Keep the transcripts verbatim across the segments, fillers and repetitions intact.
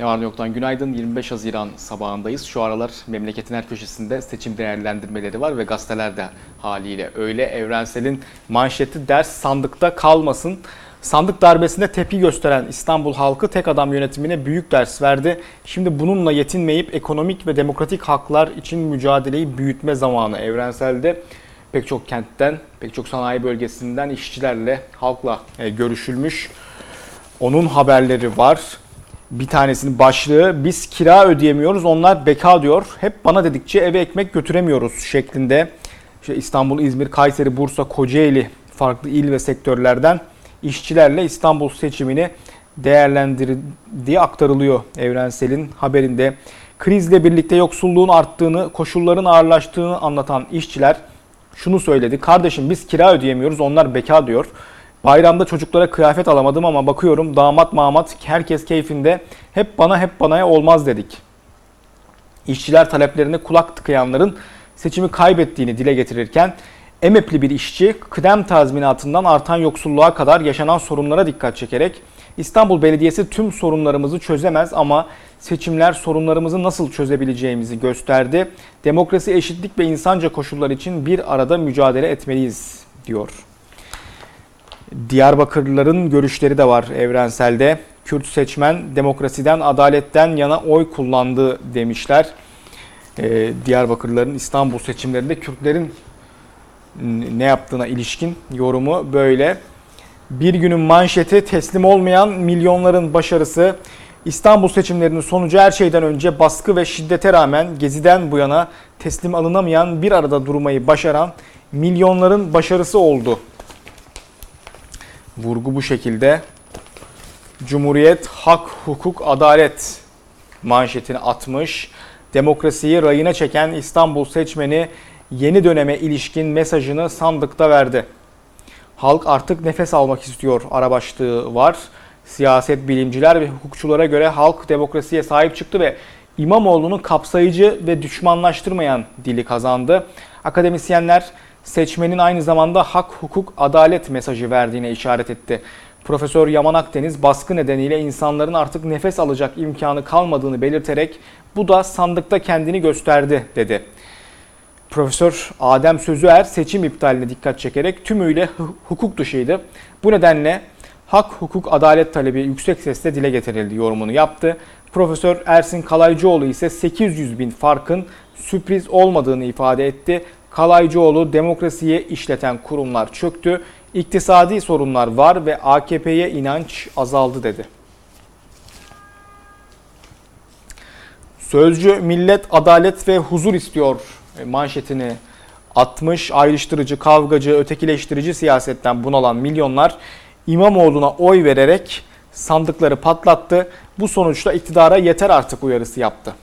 Ne var ne yoktan günaydın. yirmi beş Haziran sabahındayız. Şu aralar memleketin her köşesinde seçim değerlendirmeleri var ve gazeteler de haliyle öyle. Evrensel'in manşeti ders sandıkta kalmasın. Sandık darbesine tepki gösteren İstanbul halkı tek adam yönetimine büyük ders verdi. Şimdi bununla yetinmeyip ekonomik ve demokratik haklar için mücadeleyi büyütme zamanı. Evrensel'de pek çok kentten, pek çok sanayi bölgesinden işçilerle, halkla görüşülmüş. Onun haberleri var. Bir tanesinin başlığı biz kira ödeyemiyoruz, onlar beka diyor. Hep bana dedikçe eve ekmek götüremiyoruz şeklinde. İşte İstanbul, İzmir, Kayseri, Bursa, Kocaeli farklı il ve sektörlerden işçilerle İstanbul seçimini değerlendirdiği aktarılıyor Evrensel'in haberinde. Krizle birlikte yoksulluğun arttığını, koşulların ağırlaştığını anlatan işçiler şunu söyledi. Kardeşim biz kira ödeyemiyoruz, onlar beka diyor. Bayramda çocuklara kıyafet alamadım ama bakıyorum damat mamat herkes keyfinde. Hep bana hep banaya olmaz dedik. İşçiler taleplerine kulak tıkayanların seçimi kaybettiğini dile getirirken emekli bir işçi kıdem tazminatından artan yoksulluğa kadar yaşanan sorunlara dikkat çekerek İstanbul Belediyesi tüm sorunlarımızı çözemez ama seçimler sorunlarımızı nasıl çözebileceğimizi gösterdi. Demokrasi, eşitlik ve insanca koşullar için bir arada mücadele etmeliyiz diyor. Diyarbakırlıların görüşleri de var Evrensel'de. Kürt seçmen demokrasiden, adaletten yana oy kullandı demişler. Ee, Diyarbakırlıların İstanbul seçimlerinde Kürtlerin ne yaptığına ilişkin yorumu böyle. Bir günün manşeti teslim olmayan milyonların başarısı. İstanbul seçimlerinin sonucu her şeyden önce baskı ve şiddete rağmen Gezi'den bu yana teslim alınamayan bir arada durmayı başaran milyonların başarısı oldu. Vurgu bu şekilde. Cumhuriyet, hak, hukuk, adalet manşetini atmış. Demokrasiyi rayına çeken İstanbul seçmeni yeni döneme ilişkin mesajını sandıkta verdi. Halk artık nefes almak istiyor ara başlığı var. Siyaset bilimciler ve hukukçulara göre halk demokrasiye sahip çıktı ve İmamoğlu'nun kapsayıcı ve düşmanlaştırmayan dili kazandı. Akademisyenler seçmenin aynı zamanda hak, hukuk, adalet mesajı verdiğine işaret etti. Profesör Yaman Akdeniz baskı nedeniyle insanların artık nefes alacak imkanı kalmadığını belirterek bu da sandıkta kendini gösterdi dedi. Profesör Adem Sözüer seçim iptaline dikkat çekerek tümüyle hukuk dışıydı. Bu nedenle hak, hukuk, adalet talebi yüksek sesle dile getirildi yorumunu yaptı. Profesör Ersin Kalaycıoğlu ise sekiz yüz bin farkın sürpriz olmadığını ifade etti. Kalaycıoğlu demokrasiyi işleten kurumlar çöktü, iktisadi sorunlar var ve A K P'ye inanç azaldı dedi. Sözcü millet adalet ve huzur istiyor manşetini atmış. Ayrıştırıcı, kavgacı, ötekileştirici siyasetten bunalan milyonlar İmamoğlu'na oy vererek sandıkları patlattı. Bu sonuçta iktidara yeter artık uyarısı yaptı.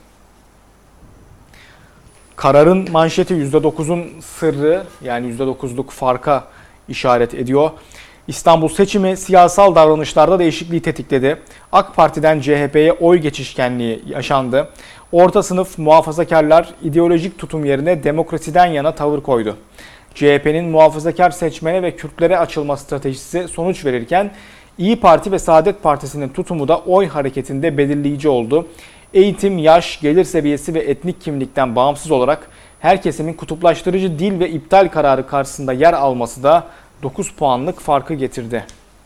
Kararın manşeti yüzde dokuzun sırrı yani yüzde dokuzluk farka işaret ediyor. İstanbul seçimi siyasal davranışlarda değişikliği tetikledi. AK Parti'den C H P'ye oy geçişkenliği yaşandı. Orta sınıf muhafazakarlar ideolojik tutum yerine demokrasiden yana tavır koydu. C H P'nin muhafazakar seçmene ve Kürtlere açılma stratejisi sonuç verirken İyi Parti ve Saadet Partisi'nin tutumu da oy hareketinde belirleyici oldu. Eğitim, yaş, gelir seviyesi ve etnik kimlikten bağımsız olarak her kesimin kutuplaştırıcı dil ve iptal kararı karşısında yer alması da dokuz puanlık farkı getirdi.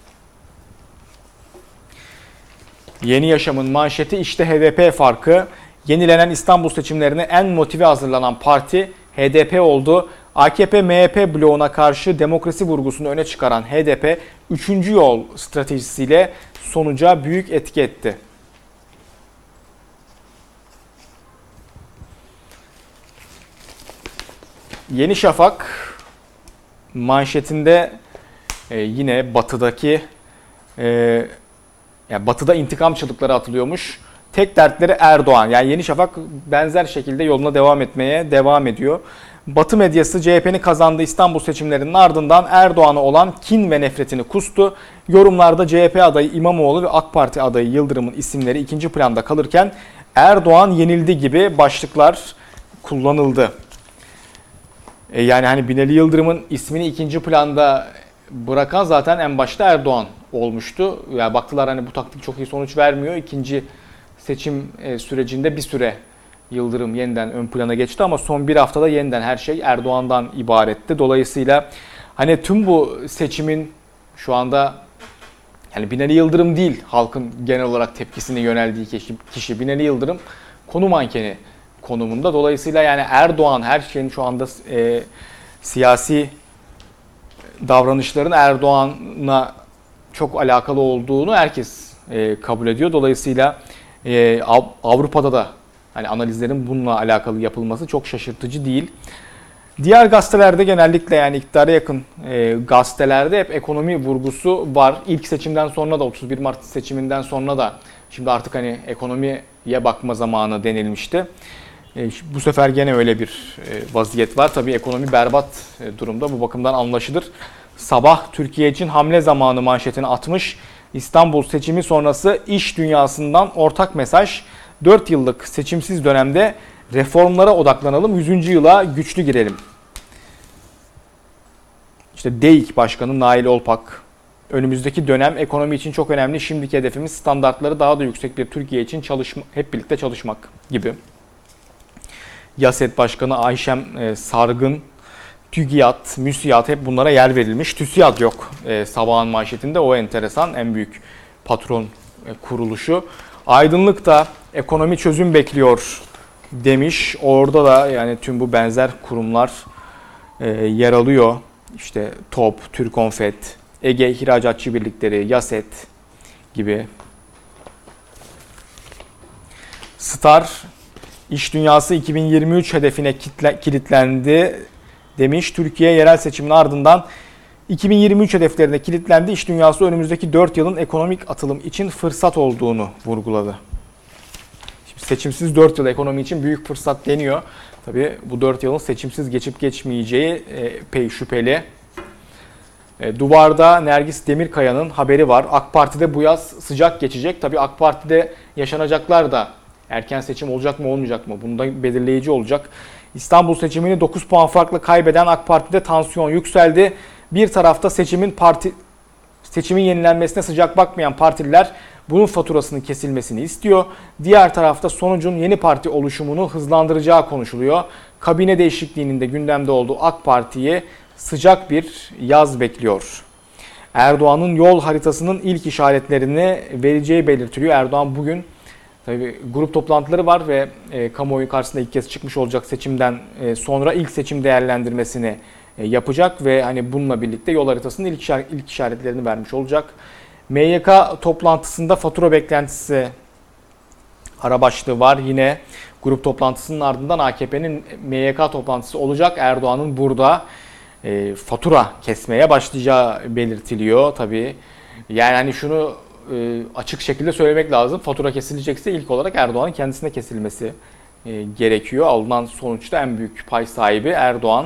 Yeni Yaşam'ın manşeti işte H D P farkı. Yenilenen İstanbul seçimlerine en motive hazırlanan parti H D P oldu. A K P M H P bloğuna karşı demokrasi vurgusunu öne çıkaran H D P üçüncü yol stratejisiyle sonuca büyük etki etti. Yeni Şafak manşetinde e, yine batıdaki e, yani batıda intikam çığlıkları atılıyormuş. Tek dertleri Erdoğan. Yani Yeni Şafak benzer şekilde yoluna devam etmeye devam ediyor. Batı medyası C H P'nin kazandığı İstanbul seçimlerinin ardından Erdoğan'a olan kin ve nefretini kustu. Yorumlarda C H P adayı İmamoğlu ve AK Parti adayı Yıldırım'ın isimleri ikinci planda kalırken Erdoğan yenildi gibi başlıklar kullanıldı. E yani hani Binali Yıldırım'ın ismini ikinci planda bırakan zaten en başta Erdoğan olmuştu. Yani baktılar hani bu taktik çok iyi sonuç vermiyor. İkinci seçim e, sürecinde bir süre Yıldırım yeniden ön plana geçti ama son bir haftada yeniden her şey Erdoğan'dan ibaretti. Dolayısıyla hani tüm bu seçimin şu anda yani Binali Yıldırım değil halkın genel olarak tepkisini yöneldiği kişi, kişi Binali Yıldırım konu mankeni konumunda. Dolayısıyla yani Erdoğan her şeyin şu anda e, siyasi davranışların Erdoğan'la çok alakalı olduğunu herkes e, kabul ediyor. Dolayısıyla e, Avrupa'da da hani analizlerin bununla alakalı yapılması çok şaşırtıcı değil. Diğer gazetelerde genellikle yani iktidara yakın e, gazetelerde hep ekonomi vurgusu var. İlk seçimden sonra da otuz bir Mart seçiminden sonra da şimdi artık hani ekonomiye bakma zamanı denilmişti. E, bu sefer gene öyle bir e, vaziyet var. Tabii ekonomi berbat e, durumda. Bu bakımdan anlaşılır. Sabah Türkiye için hamle zamanı manşetini atmış. İstanbul seçimi sonrası iş dünyasından ortak mesaj. dört yıllık seçimsiz dönemde reformlara odaklanalım, yüzüncü yıla güçlü girelim. İşte DEİK Başkanı Nail Olpak, önümüzdeki dönem ekonomi için çok önemli. Şimdiki hedefimiz standartları daha da yüksek bir Türkiye için çalışma, hep birlikte çalışmak gibi. YASET Başkanı Ayşem Sargın, TÜGİAD, MÜSİAD hep bunlara yer verilmiş. TÜSİAD yok e, sabahın manşetinde, o enteresan, en büyük patron e, kuruluşu. Aydınlık da ekonomi çözüm bekliyor demiş. Orada da yani tüm bu benzer kurumlar e, yer alıyor. İşte TOP, Türkonfet, Ege İhracatçı Birlikleri, YASET gibi. Star, iş dünyası iki bin yirmi üç hedefine kitle, kilitlendi demiş. Türkiye yerel seçimin ardından iki bin yirmi üç hedeflerine kilitlendi. İş dünyası önümüzdeki dört yılın ekonomik atılım için fırsat olduğunu vurguladı. Şimdi seçimsiz dört yıl ekonomi için büyük fırsat deniyor. Tabii bu dört yılın seçimsiz geçip geçmeyeceği epey şüpheli. E, Duvarda Nergis Demirkaya'nın haberi var. AK Parti'de bu yaz sıcak geçecek. Tabii AK Parti'de yaşanacaklar da erken seçim olacak mı olmayacak mı? Bunda belirleyici olacak. İstanbul seçimini dokuz puan farklı kaybeden AK Parti'de tansiyon yükseldi. Bir tarafta seçimin parti seçimin yenilenmesine sıcak bakmayan partililer bunun faturasının kesilmesini istiyor. Diğer tarafta sonucun yeni parti oluşumunu hızlandıracağı konuşuluyor. Kabine değişikliğinin de gündemde olduğu AK Parti'ye sıcak bir yaz bekliyor. Erdoğan'ın yol haritasının ilk işaretlerini vereceği belirtiliyor. Erdoğan bugün tabii grup toplantıları var ve e, kamuoyu karşısında ilk kez çıkmış olacak seçimden e, sonra ilk seçim değerlendirmesini e, yapacak ve hani bununla birlikte yol haritasının ilk, işaret, ilk işaretlerini vermiş olacak. M Y K toplantısında fatura beklentisi ara başlığı var. Yine grup toplantısının ardından A K P'nin M Y K toplantısı olacak. Erdoğan'ın burada e, fatura kesmeye başlayacağı belirtiliyor tabii. Yani hani şunu e, açık şekilde söylemek lazım. Fatura kesilecekse ilk olarak Erdoğan'ın kendisine kesilmesi e, gerekiyor. Alınan sonuçta en büyük pay sahibi Erdoğan.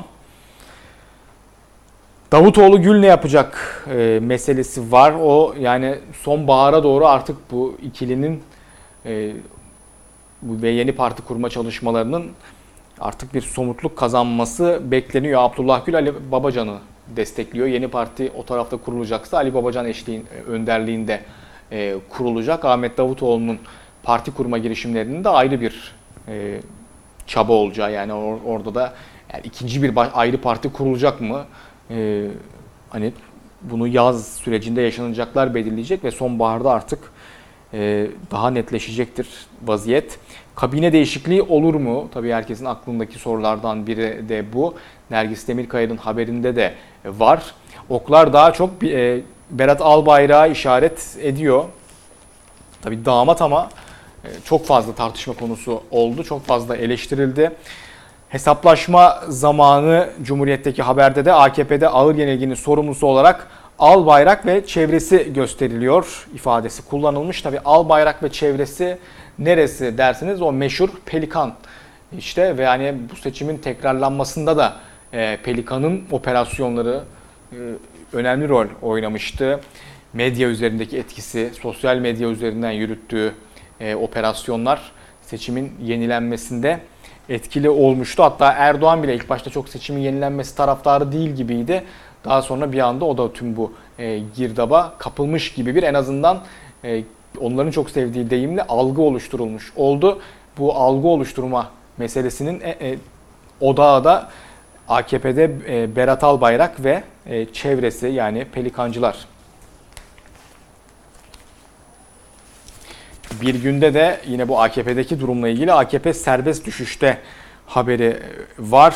Davutoğlu Gül ne yapacak e, meselesi var. O yani sonbahara doğru artık bu ikilinin e, ve yeni parti kurma çalışmalarının artık bir somutluk kazanması bekleniyor. Abdullah Gül Ali Babacan'ı destekliyor. Yeni parti o tarafta kurulacaksa Ali Babacan eşliğin önderliğinde e, kurulacak. Ahmet Davutoğlu'nun parti kurma girişimlerinin de ayrı bir e, çaba olacağı. Yani or, orada da yani ikinci bir ayrı parti kurulacak mı? Ee, hani bunu yaz sürecinde yaşanacaklar belirleyecek ve sonbaharda artık e, daha netleşecektir vaziyet. Kabine değişikliği olur mu? Tabii herkesin aklındaki sorulardan biri de bu. Nergis Demirkaya'nın haberinde de var. Oklar daha çok e, Berat Albayrak'a işaret ediyor. Tabii damat ama e, çok fazla tartışma konusu oldu. Çok fazla eleştirildi. Hesaplaşma zamanı Cumhuriyet'teki haberde de A K P'de ağır yenilginin sorumlusu olarak Albayrak ve çevresi gösteriliyor ifadesi kullanılmış. Tabii Albayrak ve çevresi neresi dersiniz, o meşhur Pelikan işte ve yani bu seçimin tekrarlanmasında da e, Pelikan'ın operasyonları e, önemli rol oynamıştı. Medya üzerindeki etkisi, sosyal medya üzerinden yürüttüğü e, operasyonlar seçimin yenilenmesinde etkili olmuştu. Hatta Erdoğan bile ilk başta çok seçimin yenilenmesi taraftarı değil gibiydi. Daha sonra bir anda o da tüm bu e, girdaba kapılmış gibi bir en azından e, onların çok sevdiği deyimle algı oluşturulmuş oldu. Bu algı oluşturma meselesinin e, e, odağı da A K P'de e, Berat Albayrak ve e, çevresi, yani pelikancılar. Bir günde de yine bu A K P'deki durumla ilgili A K P serbest düşüşte haberi var.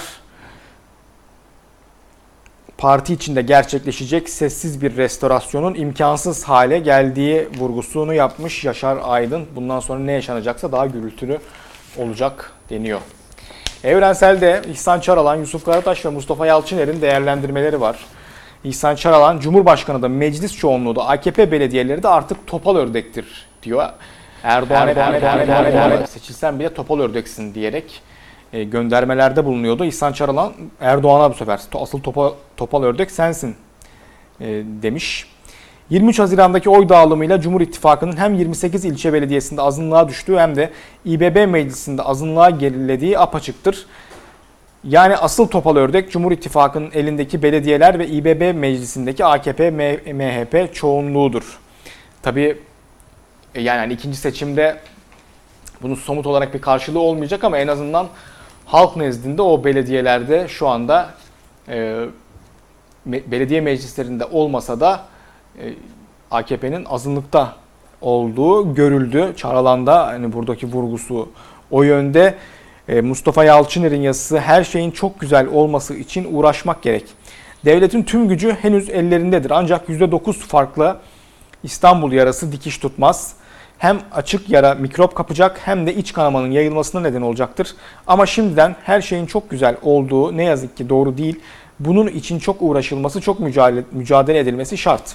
Parti içinde gerçekleşecek sessiz bir restorasyonun imkansız hale geldiği vurgusunu yapmış Yaşar Aydın. Bundan sonra ne yaşanacaksa daha gürültülü olacak deniyor. Evrensel'de İhsan Çaralan, Yusuf Karataş ve Mustafa Yalçıner'in değerlendirmeleri var. İhsan Çaralan, Cumhurbaşkanı da meclis çoğunluğu da A K P belediyeleri de artık topal ördektir diyor. Erdoğan, Erdoğan, Erdoğan, Erdoğan, Erdoğan, Erdoğan seçilsen bile topal ördeksin diyerek göndermelerde bulunuyordu. İhsan Çaralan Erdoğan'a bu sefer asıl topal, topal ördek sensin demiş. yirmi üç Haziran'daki oy dağılımıyla Cumhur İttifakı'nın hem yirmi sekiz ilçe belediyesinde azınlığa düştüğü hem de İ B B meclisinde azınlığa gerilediği apaçıktır. Yani asıl topal ördek Cumhur İttifakı'nın elindeki belediyeler ve İ B B meclisindeki A K P, M H P çoğunluğudur. Tabii yani hani ikinci seçimde bunun somut olarak bir karşılığı olmayacak ama en azından halk nezdinde o belediyelerde şu anda e, belediye meclislerinde olmasa da e, A K P'nin azınlıkta olduğu görüldü. Çaralan'da hani buradaki vurgusu o yönde. E, Mustafa Yalçıner'in yazısı, her şeyin çok güzel olması için uğraşmak gerek. Devletin tüm gücü henüz ellerindedir ancak yüzde dokuz farklı İstanbul yarası dikiş tutmaz. Hem açık yara mikrop kapacak hem de iç kanamanın yayılmasına neden olacaktır. Ama şimdiden her şeyin çok güzel olduğu ne yazık ki doğru değil. Bunun için çok uğraşılması, çok mücadele, mücadele edilmesi şart.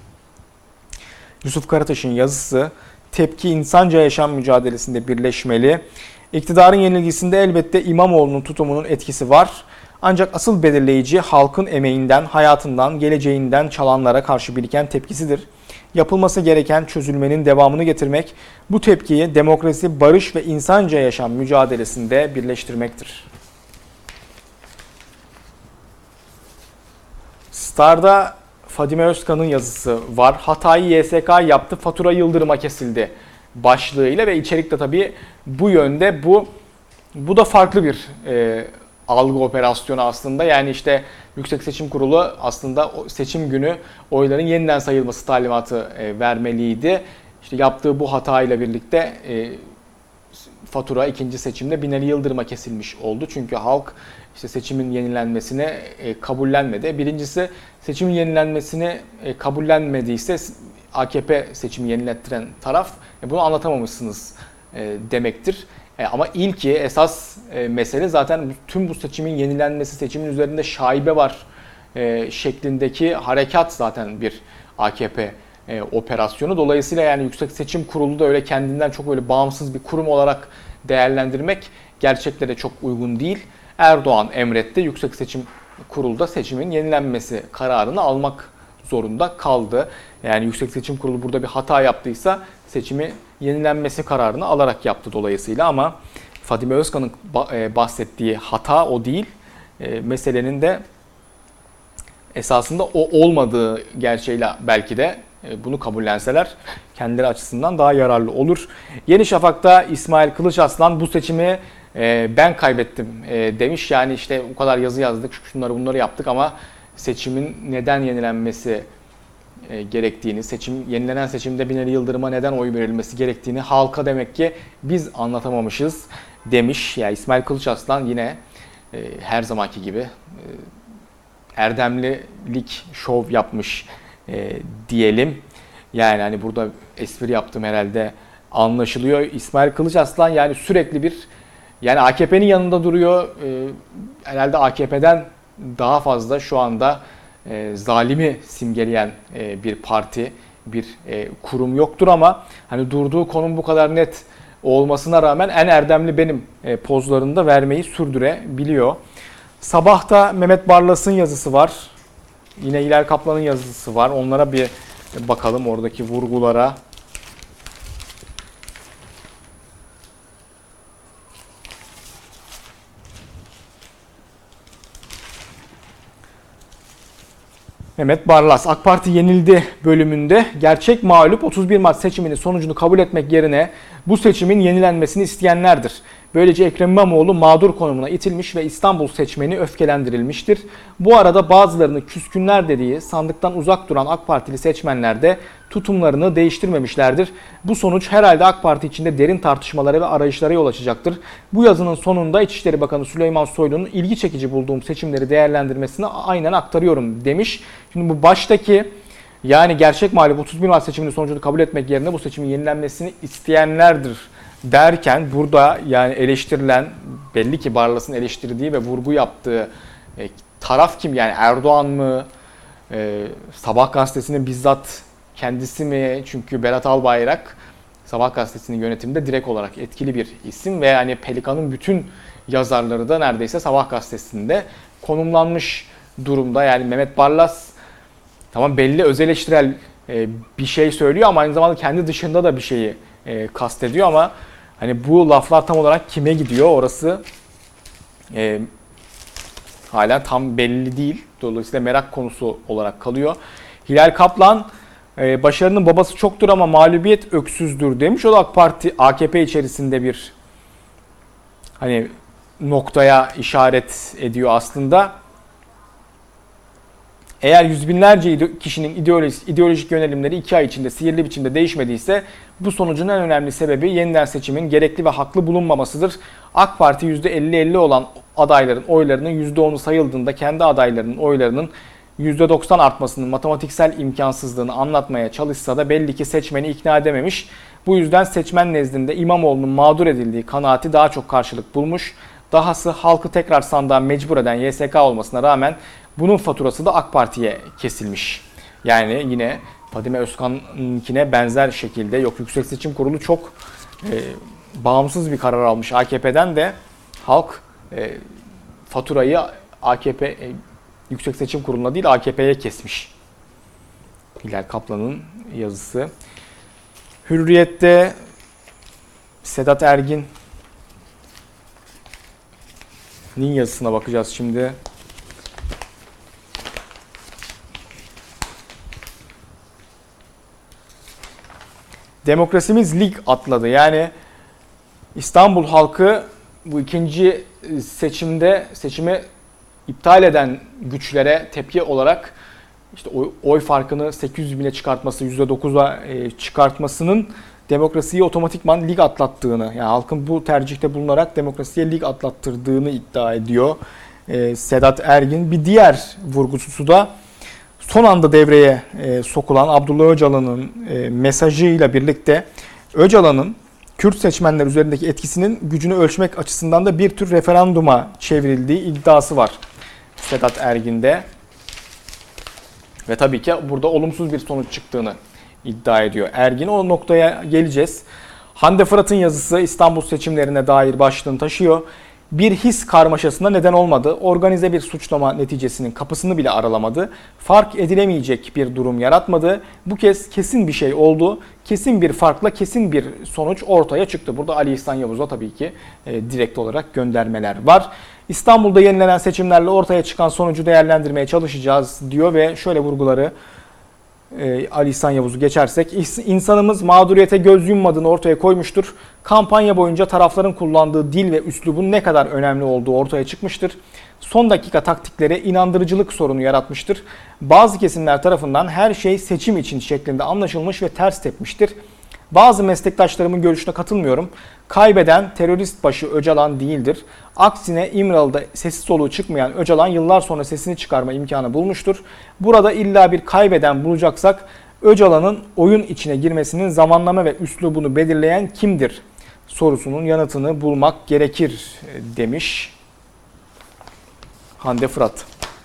Yusuf Karataş'ın yazısı, tepki insanca yaşam mücadelesinde birleşmeli. İktidarın yenilgisinde elbette İmamoğlu'nun tutumunun etkisi var. Ancak asıl belirleyici halkın emeğinden, hayatından, geleceğinden çalanlara karşı biriken tepkisidir. Yapılması gereken çözülmenin devamını getirmek, bu tepkiyi demokrasi, barış ve insanca yaşam mücadelesinde birleştirmektir. Star'da Fadime Özkan'ın yazısı var. Hatayı Y S K yaptı, fatura Yıldırım'a kesildi başlığıyla ve içerikte tabii bu yönde. Bu bu da farklı bir e, algı operasyonu aslında. Yani işte Yüksek Seçim Kurulu aslında seçim günü oyların yeniden sayılması talimatı e, vermeliydi. İşte yaptığı bu hatayla birlikte e, fatura ikinci seçimde Binali Yıldırım'a kesilmiş oldu. Çünkü halk işte seçimin yenilenmesine e, kabullenmedi. Birincisi, seçimin yenilenmesini e, kabullenmediyse A K P seçimi yenilettiren taraf e, bunu anlatamamışsınız e, demektir. E, ama ilki esas e, mesele zaten tüm bu seçimin yenilenmesi, seçimin üzerinde şaibe var e, şeklindeki harekat zaten bir A K P e, operasyonu. Dolayısıyla yani Yüksek Seçim Kurulu da öyle kendinden çok öyle bağımsız bir kurum olarak değerlendirmek gerçeklere çok uygun değil. Erdoğan emretti. Yüksek Seçim Kurulu da seçimin yenilenmesi kararını almak zorunda kaldı. Yani Yüksek Seçim Kurulu burada bir hata yaptıysa seçimi yenilenmesi kararını alarak yaptı dolayısıyla, ama Fadime Özkan'ın bahsettiği hata o değil. Meselenin de esasında o olmadığı gerçeğiyle belki de bunu kabullenseler kendileri açısından daha yararlı olur. Yeni Şafak'ta İsmail Kılıçarslan bu seçimi ben kaybettim demiş. Yani işte o kadar yazı yazdık, şunları bunları yaptık ama seçimin neden yenilenmesi gerektiğini, seçim yenilenen seçimde Binali Yıldırım'a neden oy verilmesi gerektiğini halka demek ki biz anlatamamışız demiş. Yani İsmail Kılıçarslan yine e, her zamanki gibi e, erdemlilik şov yapmış e, diyelim. Yani hani burada espri yaptım herhalde anlaşılıyor. İsmail Kılıçarslan yani sürekli bir, yani A K P'nin yanında duruyor. E, herhalde A K P'den daha fazla şu anda e, zalimi simgeleyen e, bir parti, bir e, kurum yoktur ama hani durduğu konum bu kadar net olmasına rağmen en erdemli benim e, pozlarında vermeyi sürdürebiliyor. Sabahta Mehmet Barlas'ın yazısı var. Yine Hilal Kaplan'ın yazısı var. Onlara bir bakalım, oradaki vurgulara. Mehmet Barlas, AK Parti yenildi bölümünde gerçek mağlup otuz bir Mart seçiminin sonucunu kabul etmek yerine bu seçimin yenilenmesini isteyenlerdir. Böylece Ekrem İmamoğlu mağdur konumuna itilmiş ve İstanbul seçmeni öfkelendirilmiştir. Bu arada bazılarını küskünler dediği sandıktan uzak duran AK Partili seçmenler de tutumlarını değiştirmemişlerdir. Bu sonuç herhalde AK Parti içinde derin tartışmalara ve arayışlara yol açacaktır. Bu yazının sonunda İçişleri Bakanı Süleyman Soylu'nun ilgi çekici bulduğum seçimleri değerlendirmesini aynen aktarıyorum demiş. Şimdi bu baştaki yani gerçek mağlup otuz bir Mart seçiminin sonucunu kabul etmek yerine bu seçimin yenilenmesini isteyenlerdir derken burada yani eleştirilen, belli ki Barlas'ın eleştirdiği ve vurgu yaptığı e, taraf kim? Yani Erdoğan mı? E, Sabah gazetesinin bizzat kendisi mi? Çünkü Berat Albayrak Sabah gazetesinin yönetiminde direkt olarak etkili bir isim ve yani Pelikan'ın bütün yazarları da neredeyse Sabah gazetesinde konumlanmış durumda. Yani Mehmet Barlas tamam belli öz eleştirel e, bir şey söylüyor ama aynı zamanda kendi dışında da bir şeyi e, kastediyor ama hani bu laflar tam olarak kime gidiyor orası e, hala tam belli değil. Dolayısıyla merak konusu olarak kalıyor. Hilal Kaplan e, başarının babası çoktur ama mağlubiyet öksüzdür demiş. O da AK Parti A K P içerisinde bir hani noktaya işaret ediyor aslında. Eğer yüz binlerce kişinin ideolojik, ideolojik yönelimleri iki ay içinde sihirli biçimde değişmediyse bu sonucun en önemli sebebi yeniden seçimin gerekli ve haklı bulunmamasıdır. AK Parti yüzde elli elli olan adayların oylarının yüzde onu sayıldığında kendi adaylarının oylarının yüzde doksan artmasının matematiksel imkansızlığını anlatmaya çalışsa da belli ki seçmeni ikna edememiş. Bu yüzden seçmen nezdinde İmamoğlu'nun mağdur edildiği kanaati daha çok karşılık bulmuş. Dahası halkı tekrar sandığa mecbur eden Y S K olmasına rağmen bunun faturası da AK Parti'ye kesilmiş. Yani yine Fadime Özkan'ınkine benzer şekilde yok Yüksek Seçim Kurulu çok e, bağımsız bir karar almış A K P'den de halk e, faturayı A K P e, Yüksek Seçim Kurulu'na değil A K P'ye kesmiş. Hilal Kaplan'ın yazısı. Hürriyet'te Sedat Ergin'in yazısına bakacağız şimdi. Demokrasimiz lig atladı. Yani İstanbul halkı bu ikinci seçimde seçimi iptal eden güçlere tepki olarak işte oy, oy farkını sekiz yüz bine çıkartması, yüzde dokuza çıkartmasının demokrasiyi otomatikman lig atlattığını, yani halkın bu tercihte bulunarak demokrasiye lig atlattırdığını iddia ediyor e, Sedat Ergin. Bir diğer vurgusu da son anda devreye e, sokulan Abdullah Öcalan'ın e, mesajıyla birlikte Öcalan'ın Kürt seçmenler üzerindeki etkisinin gücünü ölçmek açısından da bir tür referanduma çevrildiği iddiası var Sedat Ergin'de. Ve tabii ki burada olumsuz bir sonuç çıktığını iddia ediyor Ergin. O noktaya geleceğiz. Hande Fırat'ın yazısı İstanbul seçimlerine dair başlığını taşıyor. Bir his karmaşasına neden olmadı. Organize bir suçlama neticesinin kapısını bile aralamadı. Fark edilemeyecek bir durum yaratmadı. Bu kez kesin bir şey oldu. Kesin bir farkla kesin bir sonuç ortaya çıktı. Burada Ali İhsan Yavuz'a tabii ki e, direkt olarak göndermeler var. İstanbul'da yenilenen seçimlerle ortaya çıkan sonucu değerlendirmeye çalışacağız diyor ve şöyle vurguları e, Ali İhsan Yavuz'u geçersek. İnsanımız mağduriyete göz yummadığını ortaya koymuştur. Kampanya boyunca tarafların kullandığı dil ve üslubun ne kadar önemli olduğu ortaya çıkmıştır. Son dakika taktikleri inandırıcılık sorunu yaratmıştır. Bazı kesimler tarafından her şey seçim için şeklinde anlaşılmış ve ters tepmiştir. Bazı meslektaşlarımın görüşüne katılmıyorum. Kaybeden terörist başı Öcalan değildir. Aksine İmralı'da sesi soluğu çıkmayan Öcalan yıllar sonra sesini çıkarma imkanı bulmuştur. Burada illa bir kaybeden bulacaksak Öcalan'ın oyun içine girmesinin zamanlama ve üslubunu belirleyen kimdir sorusunun yanıtını bulmak gerekir demiş Hande Fırat.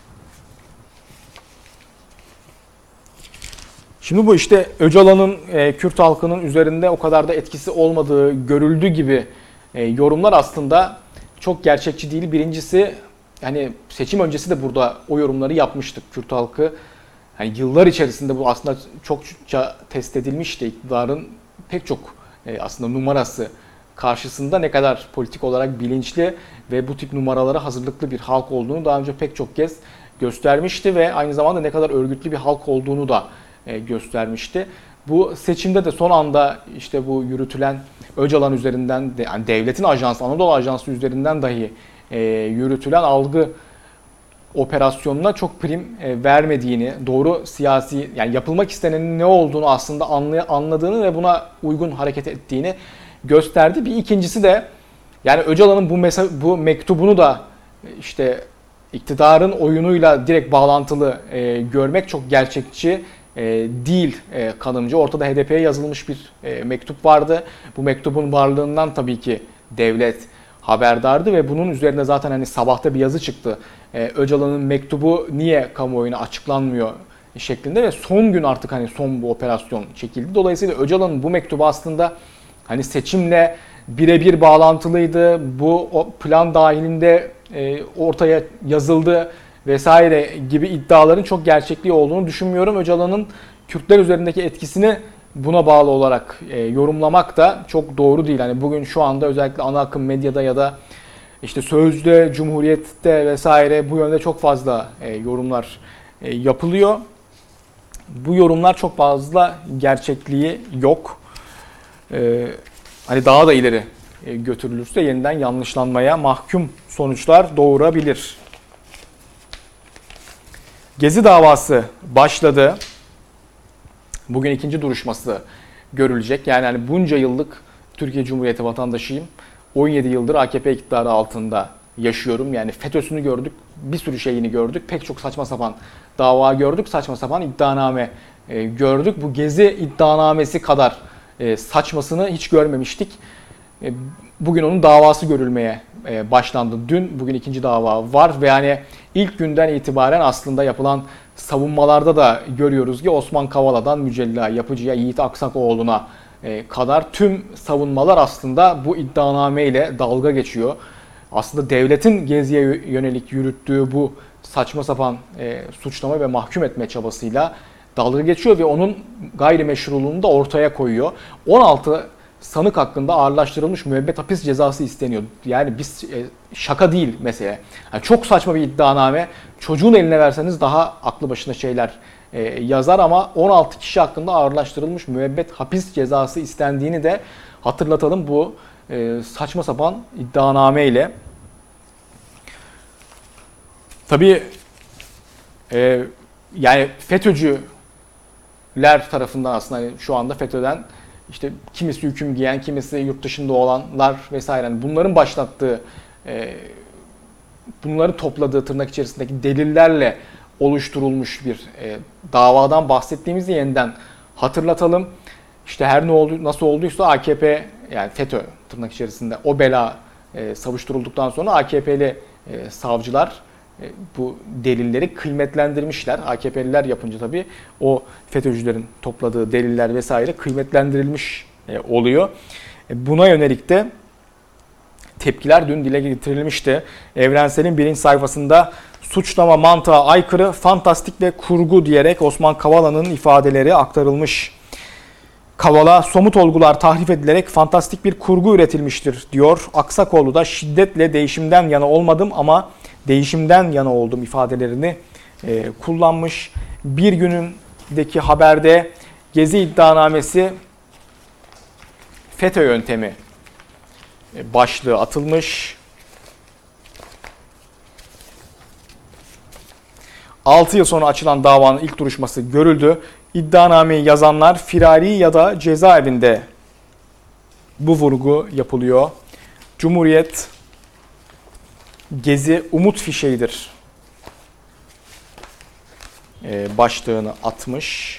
Şimdi bu işte Öcalan'ın e, Kürt halkının üzerinde o kadar da etkisi olmadığı görüldü gibi e, yorumlar aslında çok gerçekçi değil. Birincisi yani seçim öncesi de burada o yorumları yapmıştık. Kürt halkı yani yıllar içerisinde bu aslında çokça test edilmişti. İktidarın pek çok e, aslında numarası karşısında ne kadar politik olarak bilinçli ve bu tip numaralara hazırlıklı bir halk olduğunu daha önce pek çok kez göstermişti ve aynı zamanda ne kadar örgütlü bir halk olduğunu da e, göstermişti. Bu seçimde de son anda işte bu yürütülen Öcalan üzerinden, de, yani devletin ajansı, Anadolu Ajansı üzerinden dahi e, yürütülen algı operasyonuna çok prim e, vermediğini, doğru siyasi, yani yapılmak istenenin ne olduğunu aslında anlay- anladığını ve buna uygun hareket ettiğini gösterdi. Bir ikincisi de yani Öcalan'ın bu mesa- bu mektubunu da işte iktidarın oyunuyla direkt bağlantılı e, görmek çok gerçekçi e, değil e, kanımca. Ortada H D P'ye yazılmış bir e, mektup vardı. Bu mektubun varlığından tabii ki devlet haberdardı ve bunun üzerine zaten hani sabahta bir yazı çıktı. Ee, Öcalan'ın mektubu niye kamuoyuna açıklanmıyor şeklinde ve son gün artık hani son bu operasyon çekildi. Dolayısıyla Öcalan'ın bu mektubu aslında hani seçimle birebir bağlantılıydı. Bu plan dahilinde e, ortaya yazıldı vesaire gibi iddiaların çok gerçekliği olduğunu düşünmüyorum. Öcalan'ın Kürtler üzerindeki etkisini buna bağlı olarak e, yorumlamak da çok doğru değil. Hani bugün şu anda özellikle ana akım medyada ya da işte Sözcü'de, Cumhuriyet'te vesaire bu yönde çok fazla e, yorumlar e, yapılıyor. Bu yorumlar çok fazla gerçekliği yok. E, hani daha da ileri e, götürülürse yeniden yanlışlanmaya mahkum sonuçlar doğurabilir. Gezi davası başladı. Bugün ikinci duruşması görülecek. Yani hani bunca yıllık Türkiye Cumhuriyeti vatandaşıyım. on yedi yıldır A K P iktidarı altında yaşıyorum. Yani FETÖ'sünü gördük, bir sürü şeyini gördük. Pek çok saçma sapan dava gördük, saçma sapan iddianame e, gördük. Bu Gezi iddianamesi kadar e, saçmasını hiç görmemiştik. E, bugün onun davası görülmeye e, başlandı. Dün, bugün ikinci dava var ve yani ilk günden itibaren aslında yapılan savunmalarda da görüyoruz ki Osman Kavala'dan Mücella Yapıcı'ya, Yiğit Aksakoğlu'na kadar tüm savunmalar aslında bu iddianame ile dalga geçiyor. Aslında devletin Gezi'ye yönelik yürüttüğü bu saçma sapan e, suçlama ve mahkum etme çabasıyla dalga geçiyor ve onun gayrimeşruluğunu da ortaya koyuyor. on altı sanık hakkında ağırlaştırılmış müebbet hapis cezası isteniyor. Yani biz e, şaka değil mesele. Yani çok saçma bir iddianame. Çocuğun eline verseniz daha aklı başına şeyler e, yazar ama on altı kişi hakkında ağırlaştırılmış müebbet hapis cezası istendiğini de hatırlatalım bu e, saçma sapan iddianame ile. Tabii e, yani FETÖ'cüler tarafından aslında hani şu anda FETÖ'den İşte kimisi hüküm giyen, kimisi yurt dışında olanlar vesaire. Yani bunların başlattığı, e, bunların topladığı tırnak içerisindeki delillerle oluşturulmuş bir e, davadan bahsettiğimizi yeniden hatırlatalım. İşte her ne oldu, nasıl olduysa A K P, yani FETÖ tırnak içerisinde o bela e, savuşturulduktan sonra A K P'li e, savcılar bu delilleri kıymetlendirmişler. A K P'liler yapınca tabii o FETÖ'cülerin topladığı deliller vesaire kıymetlendirilmiş oluyor. Buna yönelik de tepkiler dün dile getirilmişti. Evrensel'in birinci sayfasında suçlama mantığa aykırı, fantastik ve kurgu diyerek Osman Kavala'nın ifadeleri aktarılmış. Kavala, somut olgular tahrif edilerek fantastik bir kurgu üretilmiştir diyor. Aksakoğlu da şiddetle değişimden yana olmadım ama değişimden yana oldum ifadelerini e, kullanmış. Bir günündeki haberde Gezi iddianamesi FETÖ yöntemi e, başlığı atılmış. altı yıl sonra açılan davanın ilk duruşması görüldü. İddianameyi yazanlar firari ya da cezaevinde, bu vurgu yapılıyor. Cumhuriyet, Gezi umut fişeğidir başlığını atmış.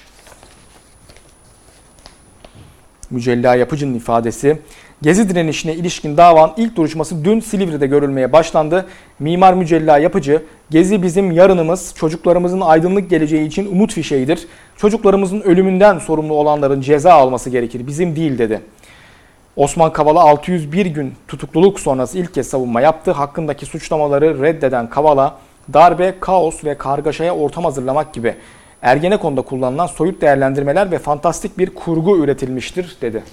Mücella Yapıcı'nın ifadesi. Gezi direnişine ilişkin davanın ilk duruşması dün Silivri'de görülmeye başlandı. Mimar Mücella Yapıcı, Gezi bizim yarınımız, çocuklarımızın aydınlık geleceği için umut fişeğidir. Çocuklarımızın ölümünden sorumlu olanların ceza alması gerekir, bizim değil dedi. Osman Kavala altı yüz bir gün tutukluluk sonrası ilk kez savunma yaptı. Hakkındaki suçlamaları reddeden Kavala, darbe, kaos ve kargaşaya ortam hazırlamak gibi Ergenekon'da kullanılan soyut değerlendirmeler ve fantastik bir kurgu üretilmiştir dedi.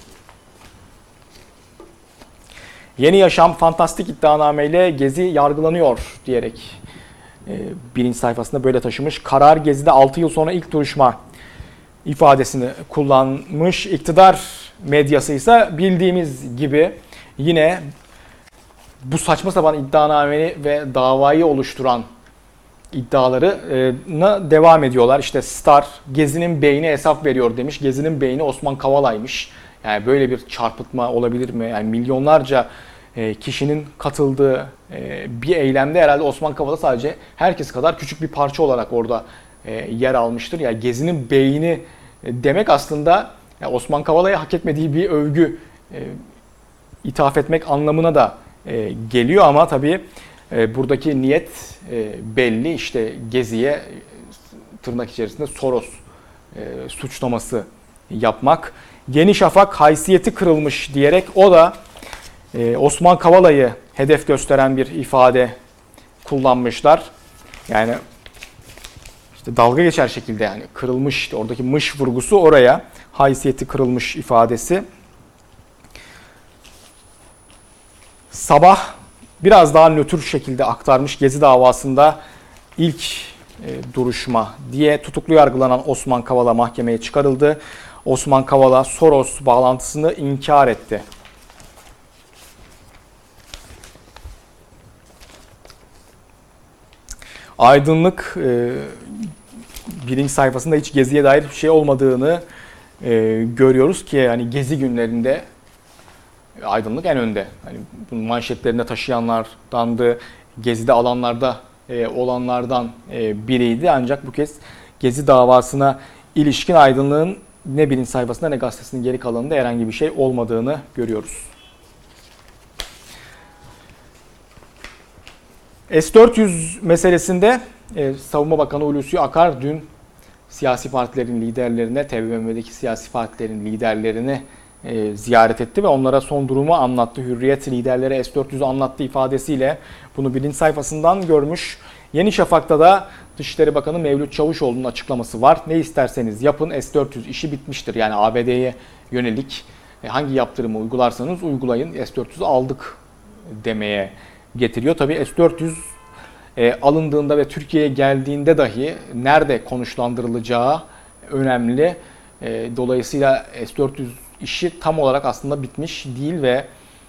Yeni Yaşam fantastik iddianameyle Gezi yargılanıyor diyerek e, birinci sayfasında böyle taşımış. Karar Gezi'de altı yıl sonra ilk duruşma ifadesini kullanmış. İktidar medyası ise bildiğimiz gibi yine bu saçma sapan iddianameni ve davayı oluşturan iddialarına devam ediyorlar. İşte Star, Gezi'nin beyni hesap veriyor demiş. Gezi'nin beyni Osman Kavala'ymış. Yani böyle bir çarpıtma olabilir mi? Yani milyonlarca kişinin katıldığı bir eylemde herhalde Osman Kavala sadece herkes kadar küçük bir parça olarak orada yer almıştır. Yani Gezi'nin beyni demek aslında Osman Kavala'ya hak etmediği bir övgü ithaf etmek anlamına da geliyor ama tabii buradaki niyet belli. İşte Gezi'ye tırnak içerisinde Soros suçlaması yapmak. Yeni Şafak haysiyeti kırılmış diyerek o da Osman Kavala'yı hedef gösteren bir ifade kullanmışlar. Yani işte dalga geçer şekilde yani kırılmış, işte oradaki mış vurgusu oraya, haysiyeti kırılmış ifadesi. Sabah biraz daha nötr şekilde aktarmış. Gezi davasında ilk e, duruşma diye tutuklu yargılanan Osman Kavala mahkemeye çıkarıldı. Osman Kavala Soros bağlantısını inkar etti. Aydınlık e, birinci sayfasında hiç Gezi'ye dair bir şey olmadığını e, görüyoruz ki yani Gezi günlerinde Aydınlık en önde. Hani bunun manşetlerinde taşıyanlardandı, Gezi'de alanlarda e, olanlardan e, biriydi. Ancak bu kez Gezi davasına ilişkin Aydınlık'ın ne birinci sayfasında ne gazetesinin geri kalanında herhangi bir şey olmadığını görüyoruz. S dört yüz meselesinde e, Savunma Bakanı Hulusi Akar dün siyasi partilerin liderlerine, T B M M'deki siyasi partilerin liderlerini e, ziyaret etti ve onlara son durumu anlattı. Hürriyet liderlere S dört yüz'ü anlattığı ifadesiyle bunu birinci sayfasından görmüş. Yeni Şafak'ta da Dışişleri Bakanı Mevlüt Çavuşoğlu'nun açıklaması var. Ne isterseniz yapın, S dört yüz işi bitmiştir. Yani A B D'ye yönelik e, hangi yaptırımı uygularsanız uygulayın, S dört yüz'ü aldık demeye getiriyor. Tabii S dört yüz e, alındığında ve Türkiye'ye geldiğinde dahi nerede konuşlandırılacağı önemli. E, dolayısıyla S dört yüz işi tam olarak aslında bitmiş değil ve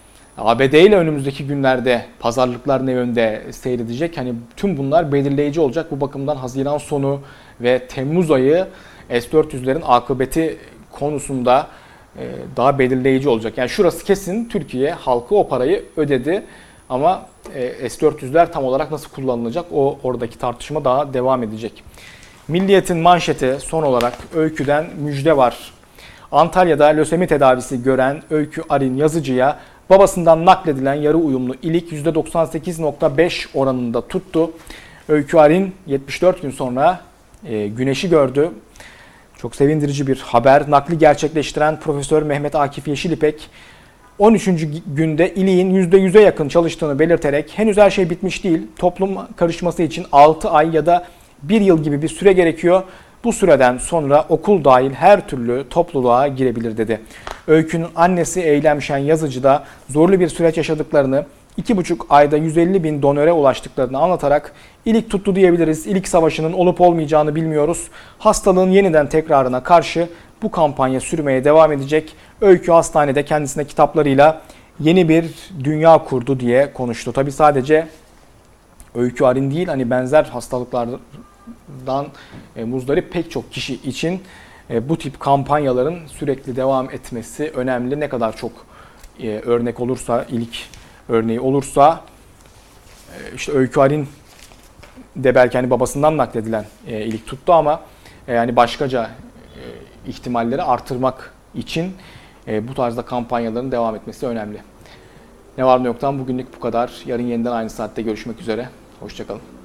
A B D ile önümüzdeki günlerde pazarlıklar ne yönde seyredecek? Hani tüm bunlar belirleyici olacak. Bu bakımdan Haziran sonu ve Temmuz ayı S dört yüz'lerin akıbeti konusunda daha belirleyici olacak. Yani şurası kesin, Türkiye halkı o parayı ödedi. Ama S dört yüz'ler tam olarak nasıl kullanılacak? O oradaki tartışma daha devam edecek. Milliyet'in manşeti son olarak Öykü'den müjde var. Antalya'da lösemi tedavisi gören Öykü Arin Yazıcı'ya babasından nakledilen yarı uyumlu ilik yüzde doksan sekiz nokta beş oranında tuttu. Öykü Arin yetmiş dört gün sonra e, güneşi gördü. Çok sevindirici bir haber. Nakli gerçekleştiren Profesör Mehmet Akif Yeşilipek on üçüncü günde iliğin yüzde yüz'e yakın çalıştığını belirterek henüz her şey bitmiş değil, toplum karışması için altı ay ya da bir yıl gibi bir süre gerekiyor. Bu süreden sonra okul dahil her türlü topluluğa girebilir dedi. Öykü'nün annesi Eylem Şen Yazıcı da zorlu bir süreç yaşadıklarını, iki buçuk ayda yüz elli bin donöre ulaştıklarını anlatarak ilik tuttu diyebiliriz. İlik savaşının olup olmayacağını bilmiyoruz. Hastalığın yeniden tekrarına karşı bu kampanya sürmeye devam edecek. Öykü hastanede kendisine kitaplarıyla yeni bir dünya kurdu diye konuştu. Tabii sadece Öykü Arin değil, hani benzer hastalıklardan muzdarip pek çok kişi için bu tip kampanyaların sürekli devam etmesi önemli. Ne kadar çok örnek olursa, ilik örneği olursa, işte Öykü Arin de belki hani babasından nakledilen ilik tuttu ama yani başkaca ihtimalleri artırmak için bu tarzda kampanyaların devam etmesi önemli. Ne var ne yoktan bugünlük bu kadar. Yarın yeniden aynı saatte görüşmek üzere. Hoşça kalın.